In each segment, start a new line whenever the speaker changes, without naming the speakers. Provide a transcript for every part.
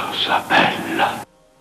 Cosa bella.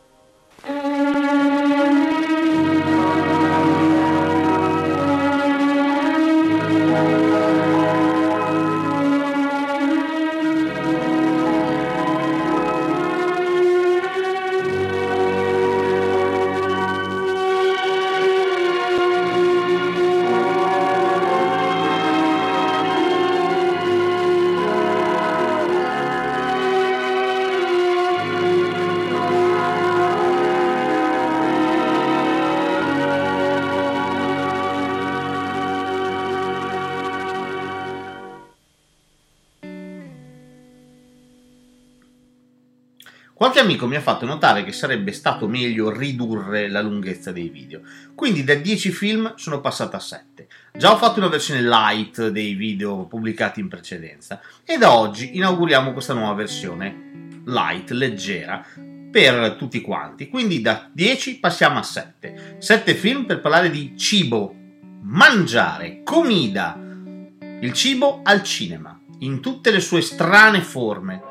Qualche amico mi ha fatto notare che sarebbe stato meglio ridurre la lunghezza dei video, quindi da 10 film sono passato a 7. Già ho fatto una versione light dei video pubblicati in precedenza e da oggi inauguriamo questa nuova versione light, leggera, per tutti quanti. Quindi da 10 passiamo a 7. 7 film per parlare di cibo, mangiare, comida, il cibo al cinema, in tutte le sue strane forme.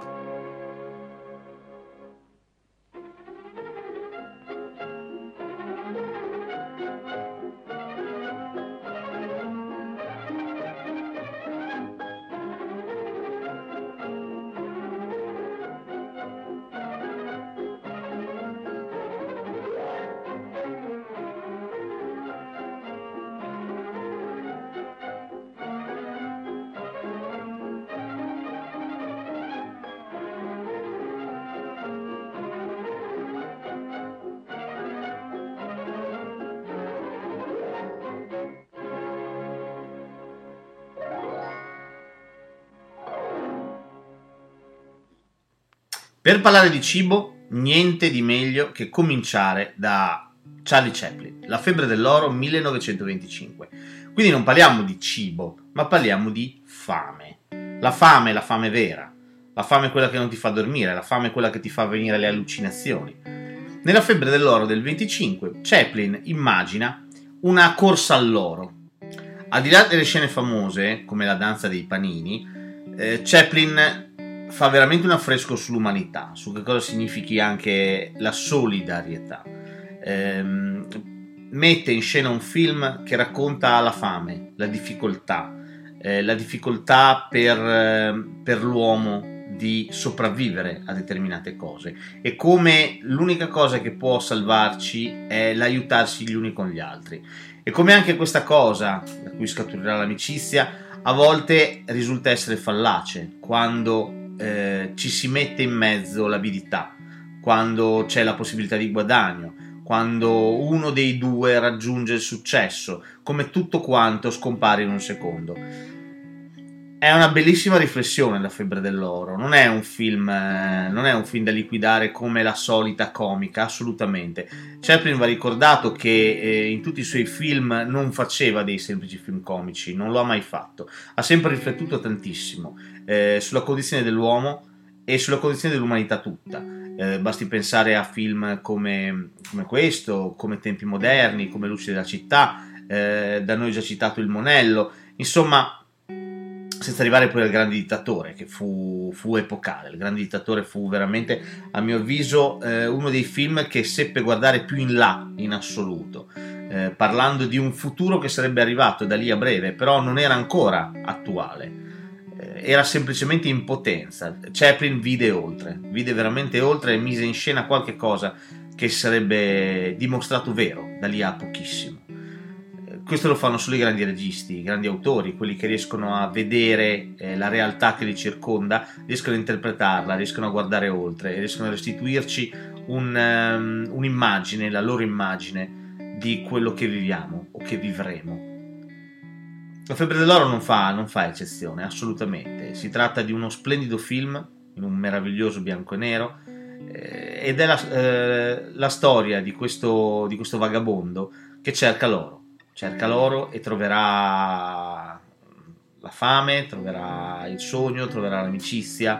Per parlare di cibo, niente di meglio che cominciare da Charlie Chaplin, La febbre dell'oro 1925. Quindi non parliamo di cibo, ma parliamo di fame. La fame vera. La fame è quella che non ti fa dormire, la fame è quella che ti fa venire le allucinazioni. Nella febbre dell'oro del 25, Chaplin immagina una corsa all'oro. Al di là delle scene famose, come la danza dei panini, Chaplin fa veramente un affresco sull'umanità, su che cosa significhi anche la solidarietà. Mette in scena un film che racconta la fame, la difficoltà per l'uomo di sopravvivere a determinate cose e come l'unica cosa che può salvarci è l'aiutarsi gli uni con gli altri, e come anche questa cosa, da cui scaturirà l'amicizia, a volte risulta essere fallace quando ci si mette in mezzo l'avidità, quando c'è la possibilità di guadagno, quando uno dei due raggiunge il successo, come tutto quanto scompare in un secondo. È una bellissima riflessione La febbre dell'oro, non è un film da liquidare come la solita comica, assolutamente. Chaplin va ricordato che in tutti i suoi film non faceva dei semplici film comici, non lo ha mai fatto, ha sempre riflettuto tantissimo sulla condizione dell'uomo e sulla condizione dell'umanità tutta. Basti pensare a film come questo, come Tempi moderni, come Luci della città, da noi già citato Il Monello, insomma, senza arrivare poi al Grande Dittatore, che fu epocale. Il Grande Dittatore fu veramente, a mio avviso, uno dei film che seppe guardare più in là in assoluto, parlando di un futuro che sarebbe arrivato da lì a breve, però non era ancora attuale, era semplicemente in potenza. Chaplin vide veramente oltre e mise in scena qualche cosa che sarebbe dimostrato vero da lì a pochissimo. Questo lo fanno solo i grandi registi, i grandi autori, quelli che riescono a vedere la realtà che li circonda, riescono a interpretarla, riescono a guardare oltre, riescono a restituirci un'immagine, la loro immagine di quello che viviamo o che vivremo. La febbre dell'oro non fa eccezione, assolutamente. Si tratta di uno splendido film, in un meraviglioso bianco e nero, ed è la storia di questo vagabondo che cerca l'oro e troverà la fame, troverà il sogno, troverà l'amicizia,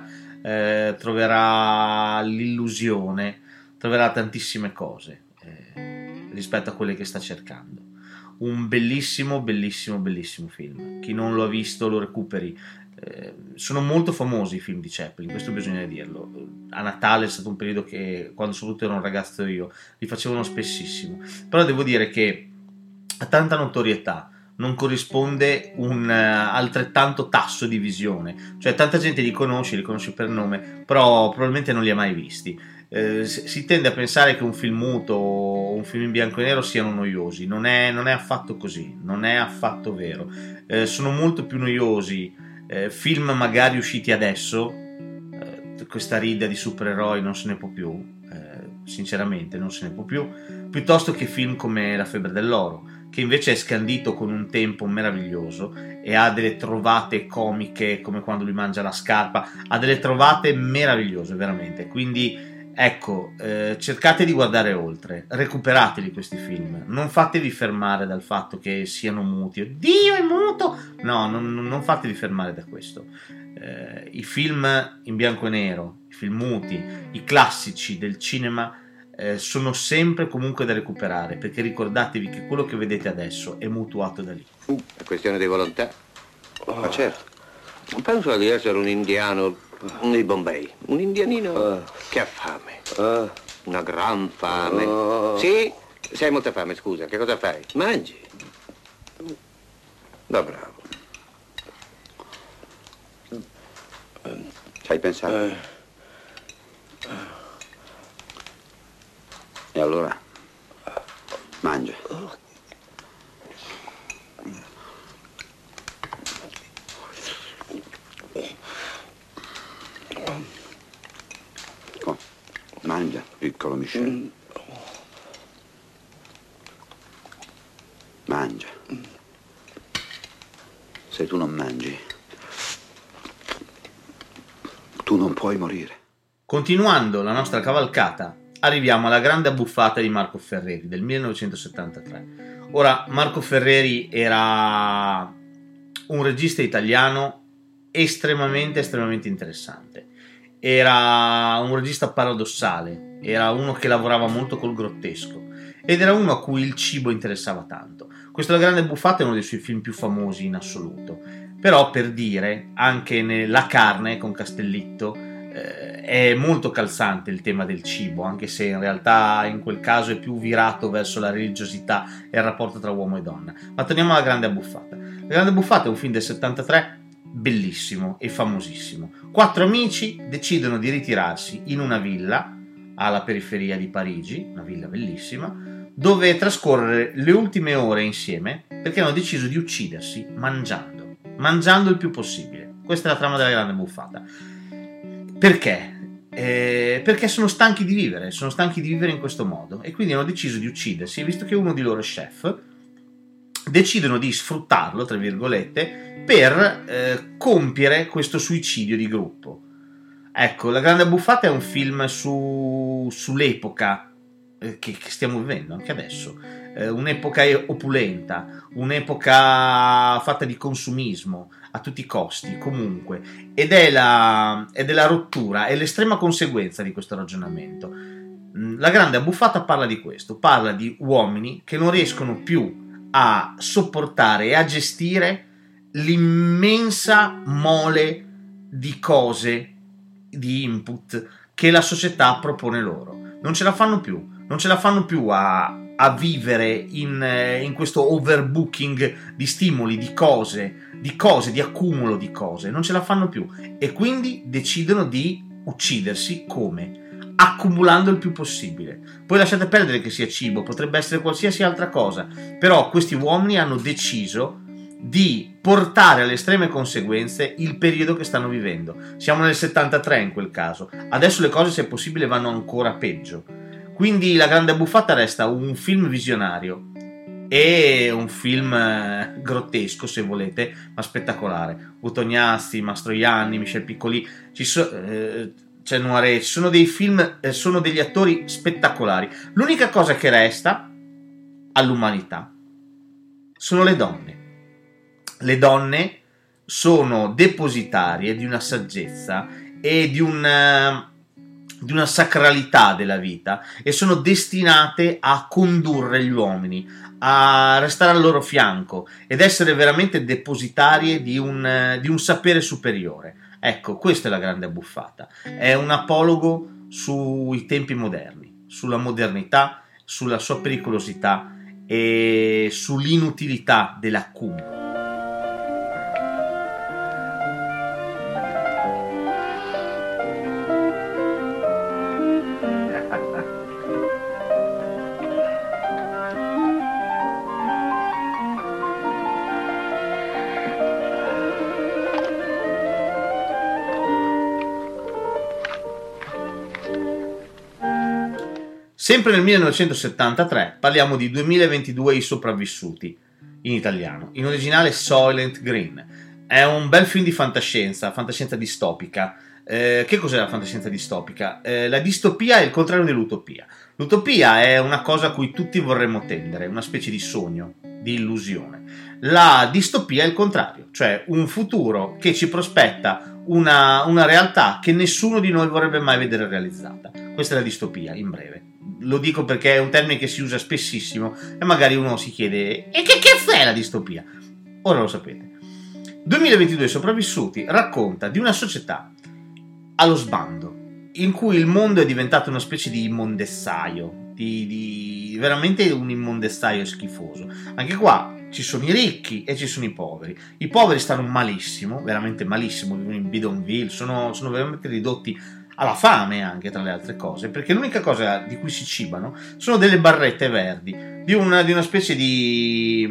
troverà l'illusione, troverà tantissime cose rispetto a quelle che sta cercando. Un bellissimo film. Chi non lo ha visto lo recuperi. Sono molto famosi i film di Chaplin, questo bisogna dirlo. a Natale è stato un periodo che, quando soprattutto ero un ragazzo io, li facevano spessissimo, però devo dire che a tanta notorietà non corrisponde un altrettanto tasso di visione, cioè tanta gente li conosce per nome, però probabilmente non li ha mai visti. Si tende a pensare che un film muto o un film in bianco e nero siano noiosi, non è affatto così, non è affatto vero. Sono molto più noiosi film magari usciti adesso, questa rida di supereroi non se ne può più, sinceramente non se ne può più, piuttosto che film come La febbre dell'oro, che invece è scandito con un tempo meraviglioso e ha delle trovate comiche, come quando lui mangia la scarpa, ha delle trovate meravigliose veramente. Quindi ecco, cercate di guardare oltre, recuperateli questi film, non fatevi fermare dal fatto che siano muti. Dio, è muto! No, non fatevi fermare da questo. I film in bianco e nero, i film muti, i classici del cinema sono sempre comunque da recuperare, perché ricordatevi che quello che vedete adesso è mutuato da lì.
È questione di volontà. Ma certo. Penso di essere un indiano di Bombay. Un indianino che ha fame. Una gran fame. Sì, se hai molta fame, scusa, che cosa fai? Mangi. Da bravo.
Ci hai pensato? E allora? Mangia. Oh, mangia, piccolo Michel. Mangia. Se tu non mangi, tu non puoi morire.
Continuando la nostra cavalcata, arriviamo alla grande abbuffata di Marco Ferreri del 1973. Ora, Marco Ferreri era un regista italiano estremamente interessante. Era un regista paradossale, era uno che lavorava molto col grottesco ed era uno a cui il cibo interessava tanto. Questo La grande abbuffata è uno dei suoi film più famosi in assoluto, però per dire, anche nella carne con Castellitto è molto calzante il tema del cibo, anche se in realtà in quel caso è più virato verso la religiosità e il rapporto tra uomo e donna. Ma torniamo alla grande abbuffata. La grande abbuffata è un film del 73 bellissimo e famosissimo. 4 amici decidono di ritirarsi in una villa alla periferia di Parigi, una villa bellissima, dove trascorrere le ultime ore insieme, perché hanno deciso di uccidersi mangiando il più possibile. Questa è la trama della grande abbuffata. Perché? Perché sono stanchi di vivere in questo modo e quindi hanno deciso di uccidersi, e visto che uno di loro è chef, decidono di sfruttarlo, tra virgolette, per compiere questo suicidio di gruppo. Ecco, La grande abbuffata è un film sull'epoca che stiamo vivendo anche adesso, un'epoca opulenta, un'epoca fatta di consumismo a tutti i costi, comunque, ed è la rottura, è l'estrema conseguenza di questo ragionamento. La grande abbuffata parla di questo, parla di uomini che non riescono più a sopportare e a gestire l'immensa mole di cose, di input che la società propone loro. Non ce la fanno più a vivere in questo overbooking di stimoli, di cose, di accumulo di cose. Non ce la fanno più e quindi decidono di uccidersi. Come? Accumulando il più possibile. Poi lasciate perdere che sia cibo, potrebbe essere qualsiasi altra cosa, però questi uomini hanno deciso di portare alle estreme conseguenze il periodo che stanno vivendo. Siamo nel 73 in quel caso, adesso le cose, se è possibile, vanno ancora peggio. Quindi La grande abbuffata resta un film visionario e un film grottesco, se volete, ma spettacolare. Utognazzi, Mastroianni, Michel Piccoli, c'è Noiret, ci sono dei film, sono degli attori spettacolari. L'unica cosa che resta all'umanità sono le donne. Le donne sono depositarie di una saggezza e di una sacralità della vita e sono destinate a condurre gli uomini, a restare al loro fianco ed essere veramente depositarie di un sapere superiore. Ecco, questa è La grande abbuffata. È un apologo sui tempi moderni, sulla modernità, sulla sua pericolosità e sull'inutilità dell'accumulo. Sempre nel 1973 parliamo di 2022 I sopravvissuti, in italiano, in originale Soylent Green. È un bel film di fantascienza distopica. Che cos'è la fantascienza distopica? La distopia è il contrario dell'utopia. L'utopia è una cosa a cui tutti vorremmo tendere, una specie di sogno, di illusione. La distopia è il contrario, cioè un futuro che ci prospetta una realtà che nessuno di noi vorrebbe mai vedere realizzata. Questa è la distopia, in breve. Lo dico perché è un termine che si usa spessissimo e magari uno si chiede: e che cazzo è la distopia? Ora lo sapete. 2022 sopravvissuti racconta di una società allo sbando, in cui il mondo è diventato una specie di immondessaio, di veramente un immondessaio schifoso. Anche qua ci sono i ricchi e ci sono i poveri. I poveri stanno malissimo, veramente malissimo, vivono in bidonville, sono veramente ridotti alla fame anche, tra le altre cose, perché l'unica cosa di cui si cibano sono delle barrette verdi di una specie di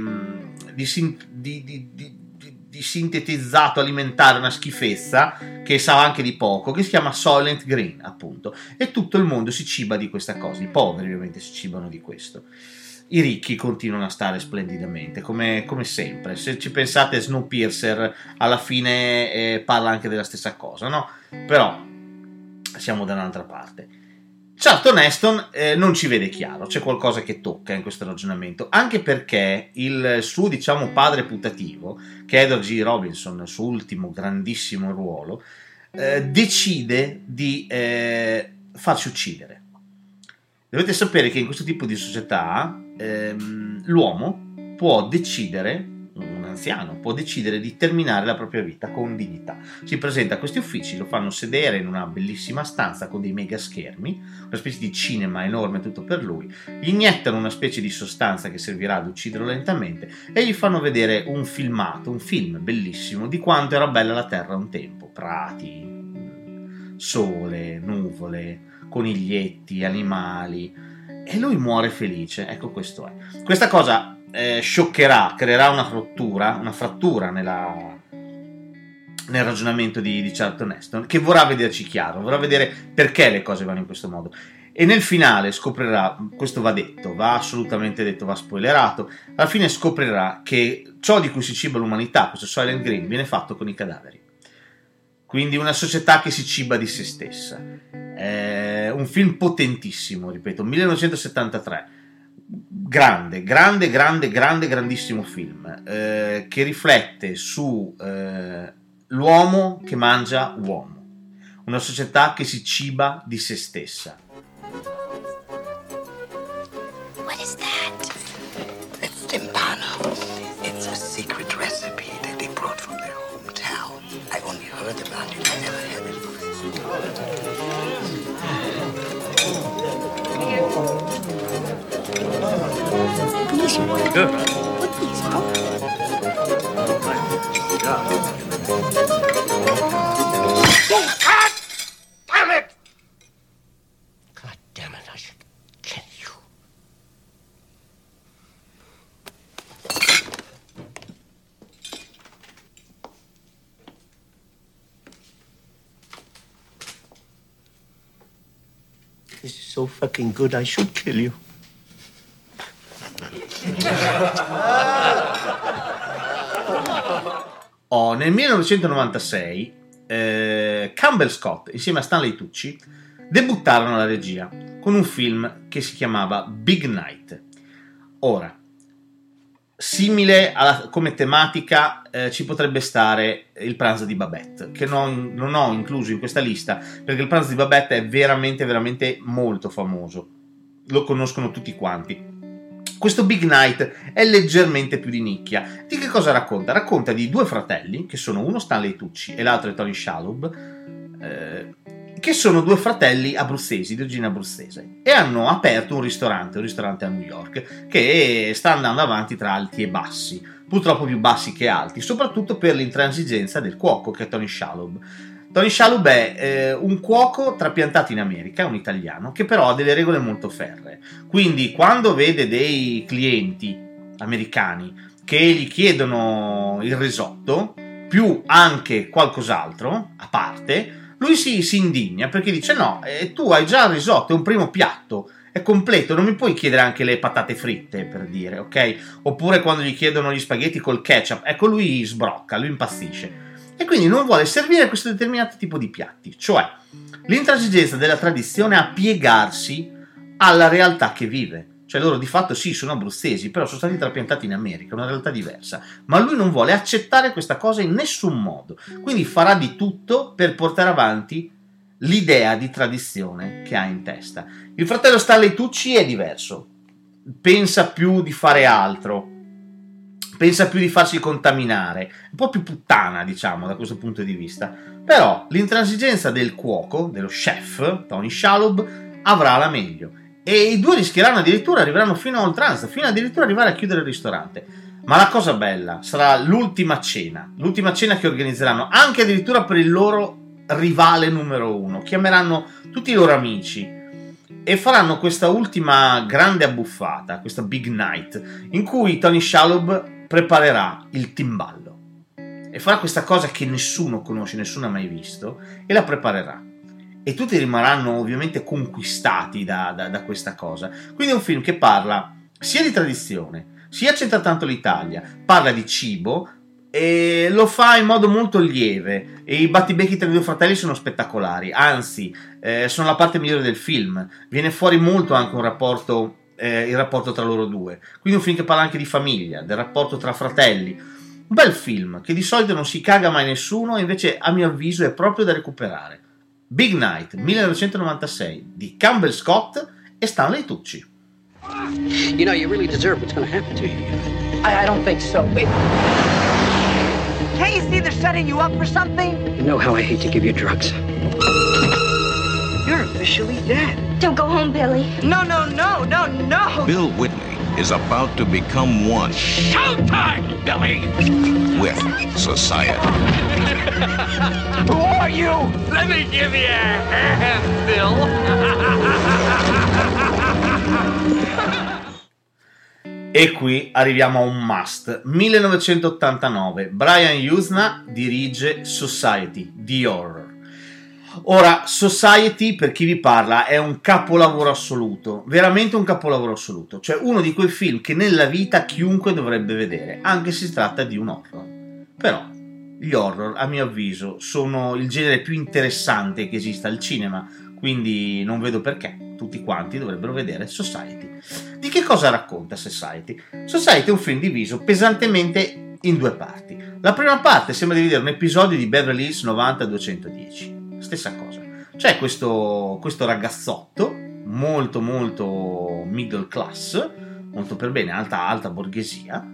sintetizzato alimentare, una schifezza che sa anche di poco, che si chiama Soylent Green, appunto, e tutto il mondo si ciba di questa cosa. I poveri ovviamente si cibano di questo. I ricchi continuano a stare splendidamente, come sempre. Se ci pensate, Snowpiercer alla fine parla anche della stessa cosa, no? Però siamo da un'altra parte. Charlton Heston non ci vede chiaro, c'è qualcosa che tocca in questo ragionamento, anche perché il suo, diciamo, padre putativo, che è Edward G. Robinson, il suo ultimo grandissimo ruolo, decide di farsi uccidere. Dovete sapere che in questo tipo di società l'uomo può decidere, un anziano può decidere di terminare la propria vita con dignità. Si presenta a questi uffici, lo fanno sedere in una bellissima stanza con dei mega schermi, una specie di cinema enorme tutto per lui, gli iniettano una specie di sostanza che servirà ad ucciderlo lentamente e gli fanno vedere un film bellissimo di quanto era bella la terra un tempo: prati, sole, nuvole, coniglietti, animali, e lui muore felice. Ecco, questo è. Questa cosa scioccherà, creerà una frattura nel ragionamento di Charlton Heston, che vorrà vederci chiaro, vorrà vedere perché le cose vanno in questo modo. E nel finale scoprirà, questo va detto, va assolutamente detto, va spoilerato, alla fine scoprirà che ciò di cui si ciba l'umanità, questo Soylent Green, viene fatto con i cadaveri. Quindi una società che si ciba di se stessa. Un film potentissimo, ripeto, 1973. Grandissimo film, che riflette su l'uomo che mangia uomo, una società che si ciba di se stessa.
What is that? It's timpano. It's a secret recipe that they brought from their hometown. I only heard about it, I never had it.
Good.
God damn it! God damn it, I should kill you. This is so fucking good, I should kill you.
Nel 1996 Campbell Scott insieme a Stanley Tucci debuttarono alla regia con un film che si chiamava Big Night. Ora, simile come tematica ci potrebbe stare Il pranzo di Babette, che non ho incluso in questa lista perché Il pranzo di Babette è veramente molto famoso, lo conoscono tutti quanti. Questo Big Night è leggermente più di nicchia. Di che cosa racconta? Racconta di due fratelli, che sono uno Stanley Tucci e l'altro è Tony Shalhoub, che sono due fratelli abruzzesi, di origine abruzzese, e hanno aperto un ristorante a New York, che sta andando avanti tra alti e bassi, purtroppo più bassi che alti, soprattutto per l'intransigenza del cuoco, che è Tony Shalhoub. Tony Shalhoub è un cuoco trapiantato in America, un italiano, che però ha delle regole molto ferree. Quindi quando vede dei clienti americani che gli chiedono il risotto, più anche qualcos'altro, a parte, lui si indigna, perché dice no, tu hai già il risotto, è un primo piatto, è completo, non mi puoi chiedere anche le patate fritte, per dire, ok? Oppure quando gli chiedono gli spaghetti col ketchup, ecco, lui sbrocca, lui impazzisce. E quindi non vuole servire questo determinato tipo di piatti, cioè l'intransigenza della tradizione a piegarsi alla realtà che vive. Cioè loro di fatto sì, sono abruzzesi, però sono stati trapiantati in America, una realtà diversa, ma lui non vuole accettare questa cosa in nessun modo, quindi farà di tutto per portare avanti l'idea di tradizione che ha in testa. Il fratello Stanley Tucci è diverso, pensa più di fare altro, pensa più di farsi contaminare, un po' più puttana, diciamo, da questo punto di vista. Però l'intransigenza del cuoco, dello chef, Tony Shalhoub, avrà la meglio. E i due rischieranno addirittura, arriveranno fino a oltranza, fino addirittura arrivare a chiudere il ristorante. Ma la cosa bella sarà l'ultima cena che organizzeranno, anche addirittura per il loro rivale numero uno. Chiameranno tutti i loro amici e faranno questa ultima grande abbuffata, questa big night, in cui Tony Shalhoub preparerà il timballo e farà questa cosa che nessuno conosce, nessuno ha mai visto, e la preparerà. E tutti rimarranno ovviamente conquistati da questa cosa. Quindi è un film che parla sia di tradizione, sia c'entra tanto l'Italia, parla di cibo e lo fa in modo molto lieve, e i battibecchi tra i due fratelli sono spettacolari, anzi sono la parte migliore del film. Viene fuori molto anche il rapporto tra loro due, quindi un film che parla anche di famiglia, del rapporto tra fratelli. Un bel film che di solito non si caga mai nessuno, e invece a mio avviso è proprio da recuperare. Big Night 1996 di Campbell Scott e Stanley Tucci.
You know, you really deserve what's going to happen to you.
I don't think so. Wait. Can't you see they're setting you up for something?
You know how I hate to give you drugs.
You're officially dead.
Don't go home, Billy.
No.
Bill Whitney is about to become one.
Showtime, Billy!
With society.
Who are you? Let me give you a hand, Bill.
E qui arriviamo a un must. 1989, Brian Yuzna dirige Society, The Horror. Ora, Society, per chi vi parla, è un capolavoro assoluto, veramente un capolavoro assoluto, cioè uno di quei film che nella vita chiunque dovrebbe vedere, anche se si tratta di un horror. Però gli horror, a mio avviso, sono il genere più interessante che esista al cinema, quindi non vedo perché tutti quanti dovrebbero vedere Society. Di che cosa racconta Society? Society è un film diviso pesantemente in due parti. La prima parte sembra di vedere un episodio di Beverly Hills 90210. Stessa cosa, c'è questo ragazzotto molto middle class, molto per bene, alta borghesia,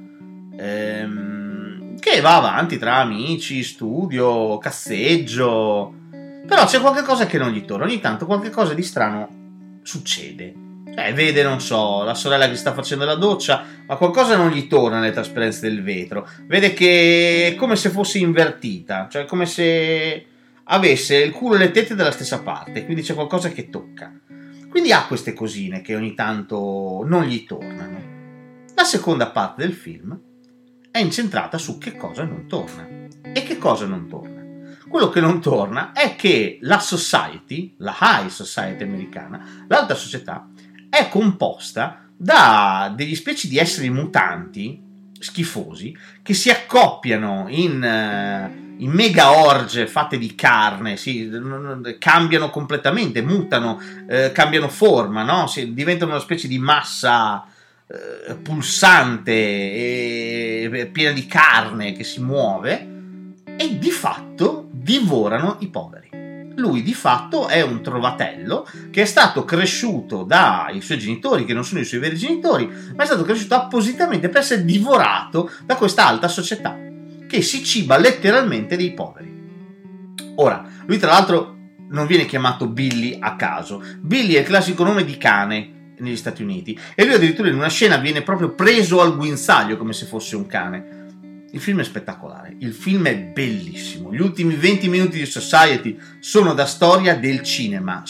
che va avanti tra amici, studio, cazzeggio, però c'è qualche cosa che non gli torna. Ogni tanto qualche cosa di strano succede, cioè vede, non so, la sorella che sta facendo la doccia, ma qualcosa non gli torna nelle trasparenze del vetro, vede che è come se fosse invertita, cioè come se avesse il culo e le tette dalla stessa parte, quindi c'è qualcosa che tocca. Quindi ha queste cosine che ogni tanto non gli tornano. La seconda parte del film è incentrata su che cosa non torna. E che cosa non torna? Quello che non torna è che la society, la high society americana, l'alta società, è composta da degli specie di esseri mutanti schifosi che si accoppiano in mega orge fatte di carne, cambiano completamente, mutano, cambiano forma, no? Diventano una specie di massa pulsante e piena di carne che si muove, e di fatto divorano i poveri. Lui di fatto è un trovatello che è stato cresciuto dai suoi genitori, che non sono i suoi veri genitori, ma è stato cresciuto appositamente per essere divorato da questa alta società che si ciba letteralmente dei poveri. Ora, lui tra l'altro non viene chiamato Billy a caso. Billy è il classico nome di cane negli Stati Uniti, e lui addirittura in una scena viene proprio preso al guinzaglio come se fosse un cane. Il film è spettacolare, il film è bellissimo. Gli ultimi 20 minuti di Society sono da storia del cinema,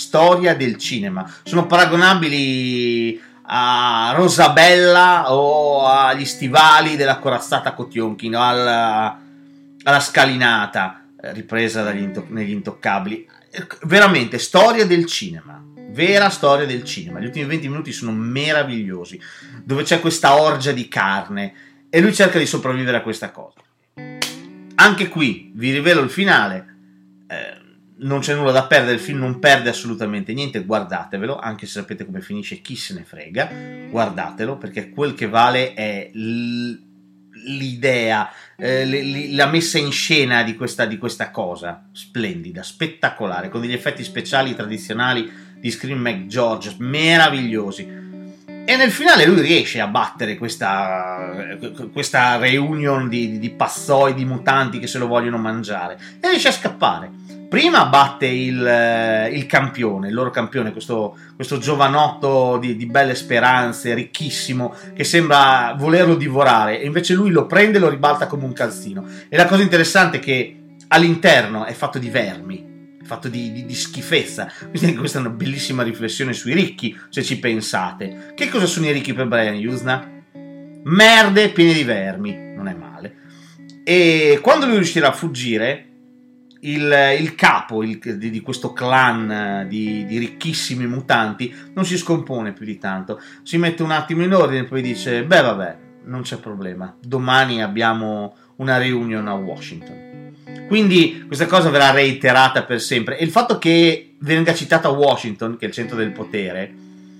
sono paragonabili a Rosabella o agli stivali della corazzata Kotionkin o alla scalinata ripresa negli Intoccabili. Veramente storia del cinema, vera storia del cinema. Gli ultimi 20 minuti sono meravigliosi, dove c'è questa orgia di carne e lui cerca di sopravvivere a questa cosa. Anche qui vi rivelo il finale, non c'è nulla da perdere, il film non perde assolutamente niente, guardatevelo, anche se sapete come finisce, chi se ne frega, guardatelo, perché quel che vale è l'idea, la messa in scena di questa cosa splendida, spettacolare, con degli effetti speciali tradizionali di Scream McGeorge meravigliosi. E nel finale lui riesce a battere questa reunion di pazzoi, di mutanti che se lo vogliono mangiare, e riesce a scappare. Prima batte il campione, il loro campione, questo giovanotto di belle speranze, ricchissimo, che sembra volerlo divorare, e invece lui lo prende e lo ribalta come un calzino. E la cosa interessante è che all'interno è fatto di vermi, fatto di schifezza. Quindi questa è una bellissima riflessione sui ricchi, se ci pensate. Che cosa sono i ricchi per Brian Yuzna? Merde piene di vermi, non è male. E quando lui riuscirà a fuggire, il capo di questo clan di ricchissimi mutanti non si scompone più di tanto, si mette un attimo in ordine e poi dice: beh vabbè, non c'è problema, domani abbiamo una reunion a Washington. Quindi questa cosa verrà reiterata per sempre, e il fatto che venga citata Washington, che è il centro del potere,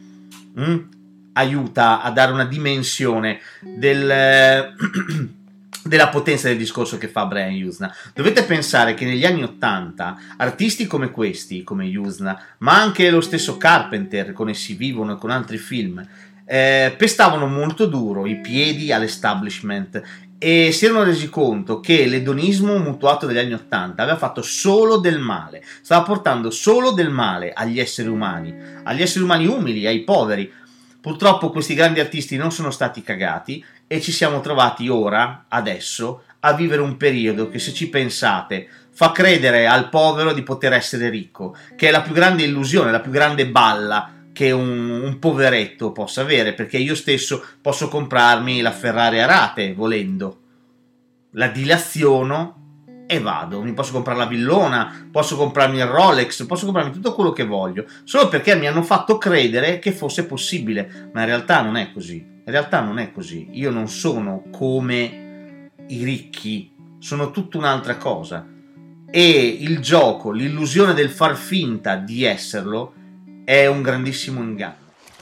aiuta a dare una dimensione della potenza del discorso che fa Brian Yuzna. Dovete pensare che negli anni '80 artisti come questi, come Yuzna, ma anche lo stesso Carpenter con Essi vivono e con altri film, pestavano molto duro i piedi all'establishment e si erano resi conto che l'edonismo mutuato degli anni '80 aveva fatto solo del male, stava portando solo del male agli esseri umani umili, ai poveri. Purtroppo questi grandi artisti non sono stati cagati e ci siamo trovati ora, adesso, a vivere un periodo che, se ci pensate, fa credere al povero di poter essere ricco, che è la più grande illusione, la più grande balla che un poveretto possa avere, perché io stesso posso comprarmi la Ferrari a rate, volendo. La dilaziono e vado, mi posso comprare la villona, posso comprarmi il Rolex, posso comprarmi tutto quello che voglio, solo perché mi hanno fatto credere che fosse possibile, ma in realtà non è così. In realtà non è così. Io non sono come i ricchi, sono tutta un'altra cosa. E il gioco, l'illusione del far finta di esserlo, è un grandissimo inganno.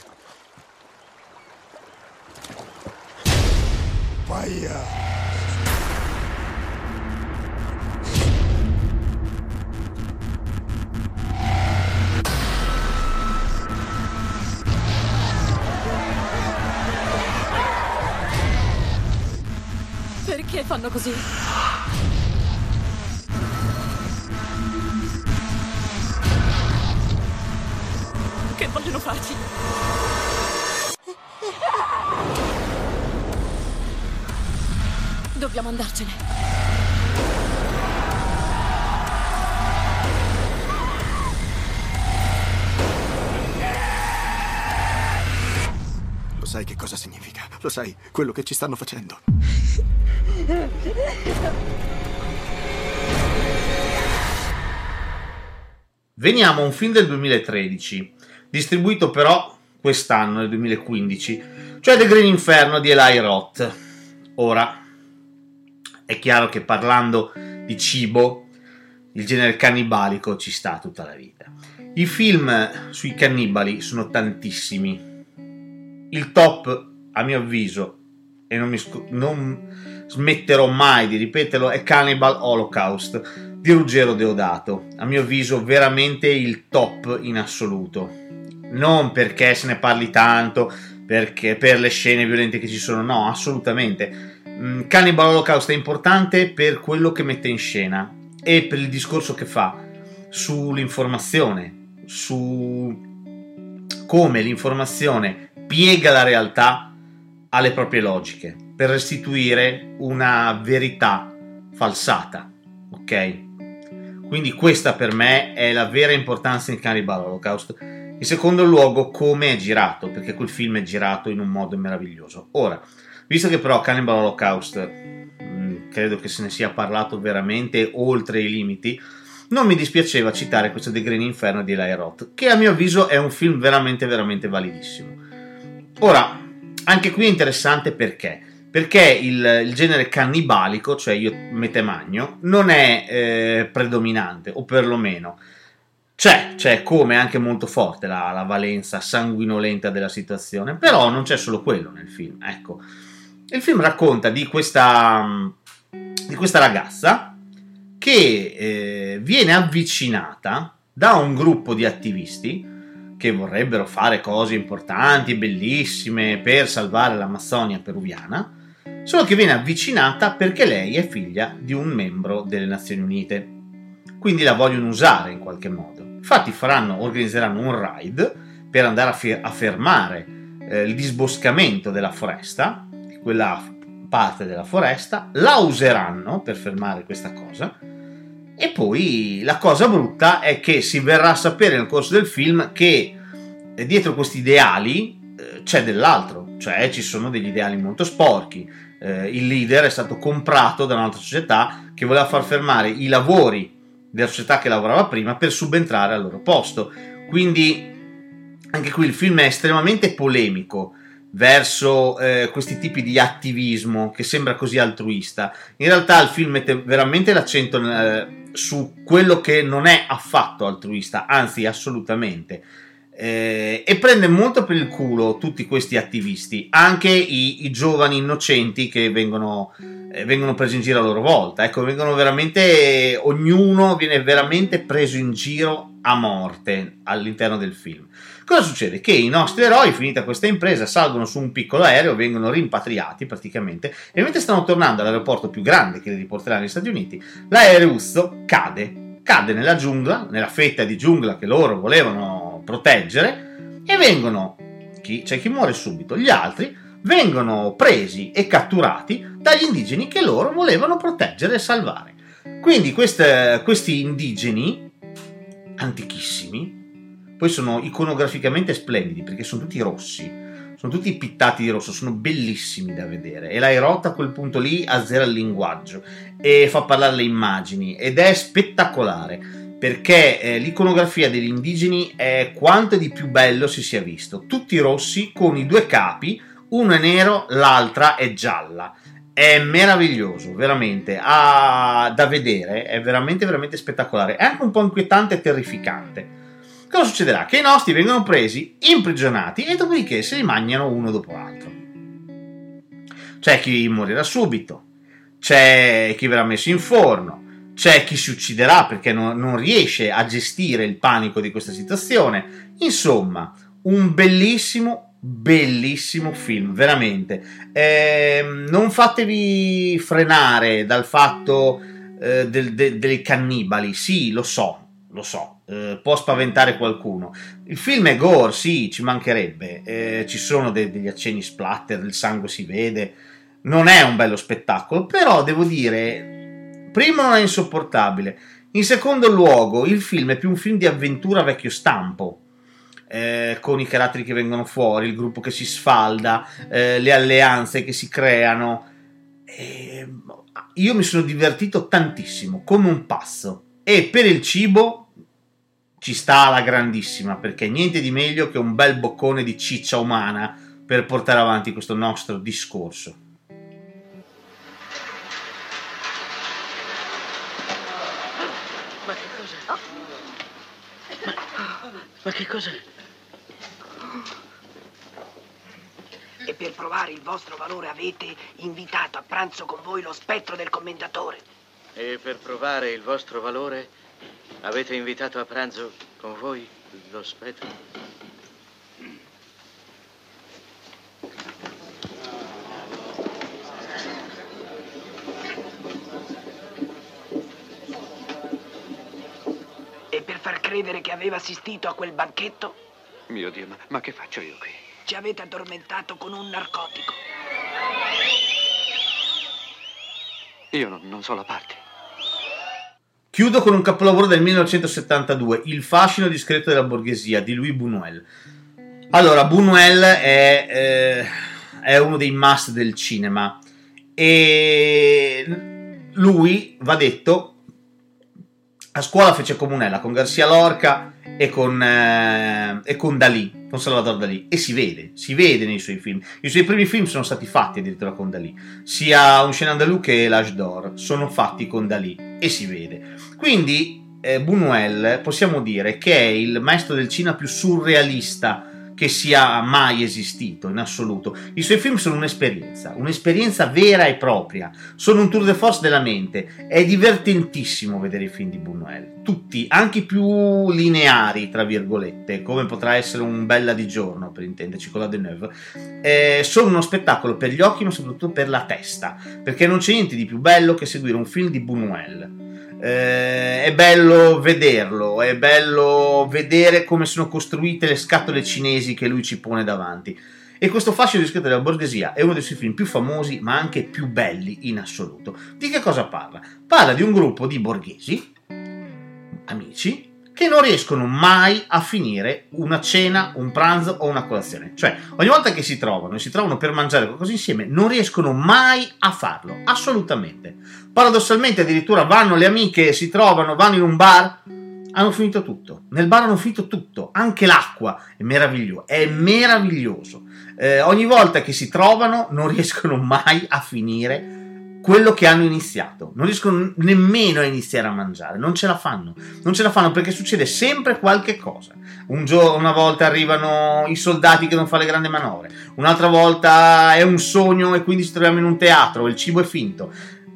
Fire!
Perché fanno così? Che vogliono farci? Dobbiamo andarcene.
Lo sai che cosa significa? Lo sai quello che ci stanno facendo?
Veniamo a un film del 2013, distribuito però quest'anno, nel 2015, cioè The Green Inferno di Eli Roth. Ora, è chiaro che parlando di cibo, il genere cannibalico ci sta tutta la vita. I film sui cannibali sono tantissimi. Il top, a mio avviso, e non smetterò mai di ripeterlo, è Cannibal Holocaust di Ruggero Deodato. A mio avviso veramente il top in assoluto, non perché se ne parli tanto, perché per le scene violente che ci sono, no, assolutamente. Cannibal Holocaust è importante per quello che mette in scena e per il discorso che fa. sull'informazione, su come l'informazione piega la realtà alle proprie logiche per restituire una verità falsata, ok? Quindi questa per me è la vera importanza di Cannibal Holocaust. In secondo luogo, come è girato, perché quel film è girato in un modo meraviglioso. Ora, visto che però Cannibal Holocaust credo che se ne sia parlato veramente oltre i limiti, non mi dispiaceva citare questo The Green Inferno di Eli Roth, che a mio avviso è un film veramente veramente validissimo. Ora, anche qui è interessante perché il genere cannibalico, cioè io metemagno, non è predominante, o perlomeno c'è come anche molto forte la valenza sanguinolenta della situazione, però non c'è solo quello nel film. Ecco, il film racconta di questa ragazza che viene avvicinata da un gruppo di attivisti che vorrebbero fare cose importanti, bellissime per salvare l'Amazzonia peruviana, solo che viene avvicinata perché lei è figlia di un membro delle Nazioni Unite, quindi la vogliono usare in qualche modo. Infatti organizzeranno un raid per andare a fermare il disboscamento della foresta, di quella parte della foresta, la useranno per fermare questa cosa, e poi la cosa brutta è che si verrà a sapere nel corso del film che dietro questi ideali c'è dell'altro, cioè ci sono degli ideali molto sporchi. Il leader è stato comprato da un'altra società che voleva far fermare i lavori della società che lavorava prima per subentrare al loro posto. Quindi anche qui il film è estremamente polemico verso questi tipi di attivismo che sembra così altruista. In realtà il film mette veramente l'accento su quello che non è affatto altruista, anzi assolutamente, e prende molto per il culo tutti questi attivisti, anche i giovani innocenti che vengono presi in giro a loro volta. Ecco, ognuno viene veramente preso in giro a morte all'interno del film. Cosa succede? Che i nostri eroi, finita questa impresa, salgono su un piccolo aereo, vengono rimpatriati praticamente, e mentre stanno tornando all'aeroporto più grande che li riporterà negli Stati Uniti, l'aereo cade nella giungla, nella fetta di giungla che loro volevano proteggere, e c'è chi muore subito, gli altri vengono presi e catturati dagli indigeni che loro volevano proteggere e salvare. Quindi questi indigeni antichissimi poi sono iconograficamente splendidi perché sono tutti rossi, sono tutti pittati di rosso, sono bellissimi da vedere, e Eli Roth a quel punto lì azzera il linguaggio e fa parlare le immagini, ed è spettacolare perché l'iconografia degli indigeni è quanto di più bello si sia visto, tutti rossi con i due capi, uno è nero, l'altra è gialla. È meraviglioso, veramente, da vedere, è veramente veramente spettacolare, è anche un po' inquietante e terrificante. Cosa succederà? Che i nostri vengono presi, imprigionati, e dopodiché se li mangiano uno dopo l'altro. C'è chi morirà subito, c'è chi verrà messo in forno, c'è chi si ucciderà perché non riesce a gestire il panico di questa situazione. Insomma, un bellissimo film, veramente. Non fatevi frenare dal fatto dei cannibali. Sì, lo so, può spaventare qualcuno. Il film è gore, sì, ci mancherebbe, ci sono degli accenni splatter, il sangue si vede, non è un bello spettacolo, però devo dire, primo, non è insopportabile, in secondo luogo il film è più un film di avventura vecchio stampo, con i caratteri che vengono fuori, il gruppo che si sfalda, le alleanze che si creano. Io mi sono divertito tantissimo, come un pazzo, e per il cibo ci sta alla grandissima, perché niente di meglio che un bel boccone di ciccia umana per portare avanti questo nostro discorso.
Ma che cos'è? Ma che cos'è?
E per provare il vostro valore avete invitato a pranzo con voi lo spettro del commendatore.
E per provare il vostro valore avete invitato a pranzo con voi lo spettro?
E scrivere che aveva assistito a quel banchetto?
Mio Dio, ma che faccio io qui?
Ci avete addormentato con un narcotico.
Io non so la parte.
Chiudo con un capolavoro del 1972, Il fascino discreto della borghesia di Louis Buñuel. Allora, Buñuel è uno dei must del cinema e lui, va detto, a scuola fece comunella con Garcia Lorca e con Dalì, con Salvador Dalì, e si vede nei suoi film. I suoi primi film sono stati fatti addirittura con Dalì, sia Un Chien andalou che L'Âge d'Or sono fatti con Dalì e si vede. Quindi Buñuel possiamo dire che è il maestro del cinema più surrealista che sia mai esistito in assoluto. I suoi film sono un'esperienza vera e propria, sono un tour de force della mente. È divertentissimo vedere i film di Buñuel, tutti, anche i più lineari tra virgolette, come potrà essere Un Bella di giorno, per intenderci, con la Deneuve. Sono uno spettacolo per gli occhi ma soprattutto per la testa, perché non c'è niente di più bello che seguire un film di Buñuel. È bello vederlo, è bello vedere come sono costruite le scatole cinesi che lui ci pone davanti. E questo fascino discreto della borghesia è uno dei suoi film più famosi ma anche più belli in assoluto. Di che cosa parla? Parla di un gruppo di borghesi, amici, che non riescono mai a finire una cena, un pranzo o una colazione. Cioè, ogni volta che si trovano per mangiare qualcosa insieme, non riescono mai a farlo, assolutamente. Paradossalmente addirittura vanno le amiche, si trovano, vanno in un bar, hanno finito tutto. Nel bar hanno finito tutto, anche l'acqua. È meraviglioso. Ogni volta che si trovano non riescono mai a finire quello che hanno iniziato, non riescono nemmeno a iniziare a mangiare, non ce la fanno perché succede sempre qualche cosa. Una volta arrivano i soldati che devono fare le grandi manovre, un'altra volta è un sogno e quindi ci troviamo in un teatro, il cibo è finto.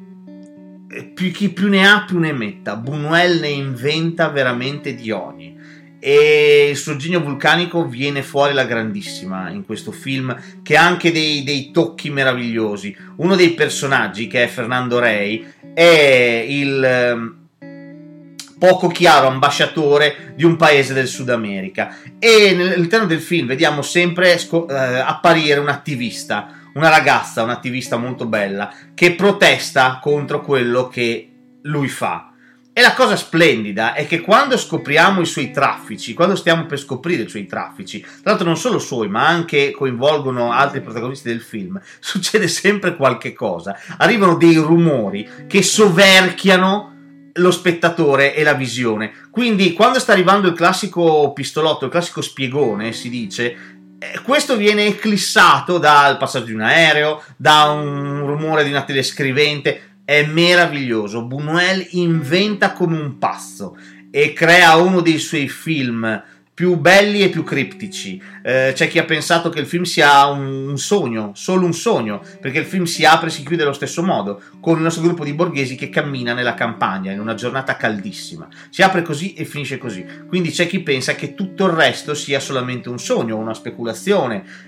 Chi più ne ha più ne metta. Buñuel ne inventa veramente di ogni, e il suo genio vulcanico viene fuori la grandissima in questo film, che ha anche dei tocchi meravigliosi. Uno dei personaggi, che è Fernando Rey, è il poco chiaro ambasciatore di un paese del Sud America, e all'interno del film vediamo sempre apparire un'attivista, una ragazza, un'attivista molto bella, che protesta contro quello che lui fa. E la cosa splendida è che quando scopriamo i suoi traffici, quando stiamo per scoprire i suoi traffici, tra l'altro non solo suoi, ma anche coinvolgono altri protagonisti del film, succede sempre qualche cosa. Arrivano dei rumori che soverchiano lo spettatore e la visione. Quindi quando sta arrivando il classico pistolotto, il classico spiegone, si dice, questo viene eclissato dal passaggio di un aereo, da un rumore di una telescrivente. È meraviglioso. Buñuel inventa come un pazzo e crea uno dei suoi film più belli e più criptici. C'è chi ha pensato che il film sia un sogno, solo un sogno, perché il film si apre e si chiude allo stesso modo, con il nostro gruppo di borghesi che cammina nella campagna in una giornata caldissima. Si apre così e finisce così. Quindi c'è chi pensa che tutto il resto sia solamente un sogno, una speculazione.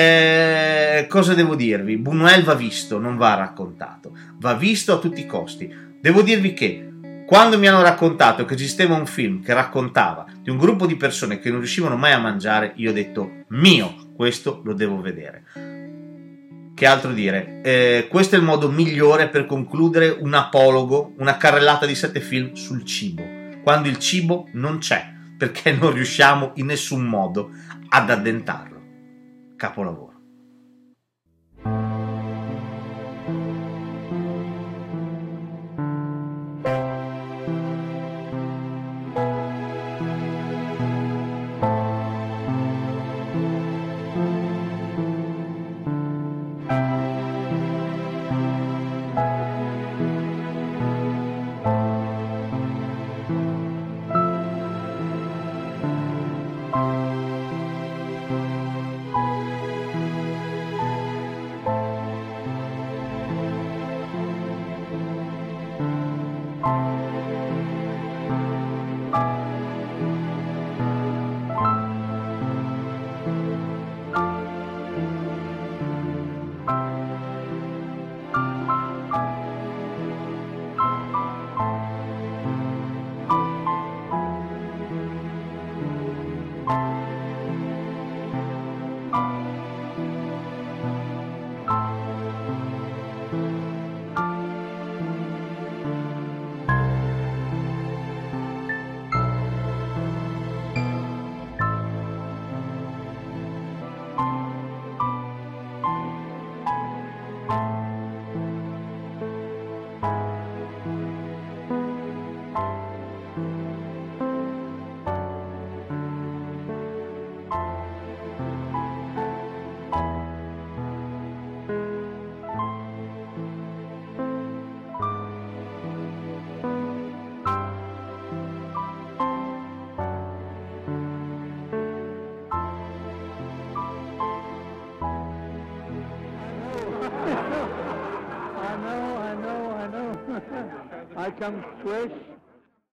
Cosa devo dirvi? Buñuel va visto, non va raccontato, va visto a tutti i costi. Devo dirvi che quando mi hanno raccontato che esisteva un film che raccontava di un gruppo di persone che non riuscivano mai a mangiare, io ho detto questo lo devo vedere. Che altro dire? Questo è il modo migliore per concludere un apologo, una carrellata di 7 film sul cibo, quando il cibo non c'è, perché non riusciamo in nessun modo ad addentarlo. Capolavoro.
comes twist.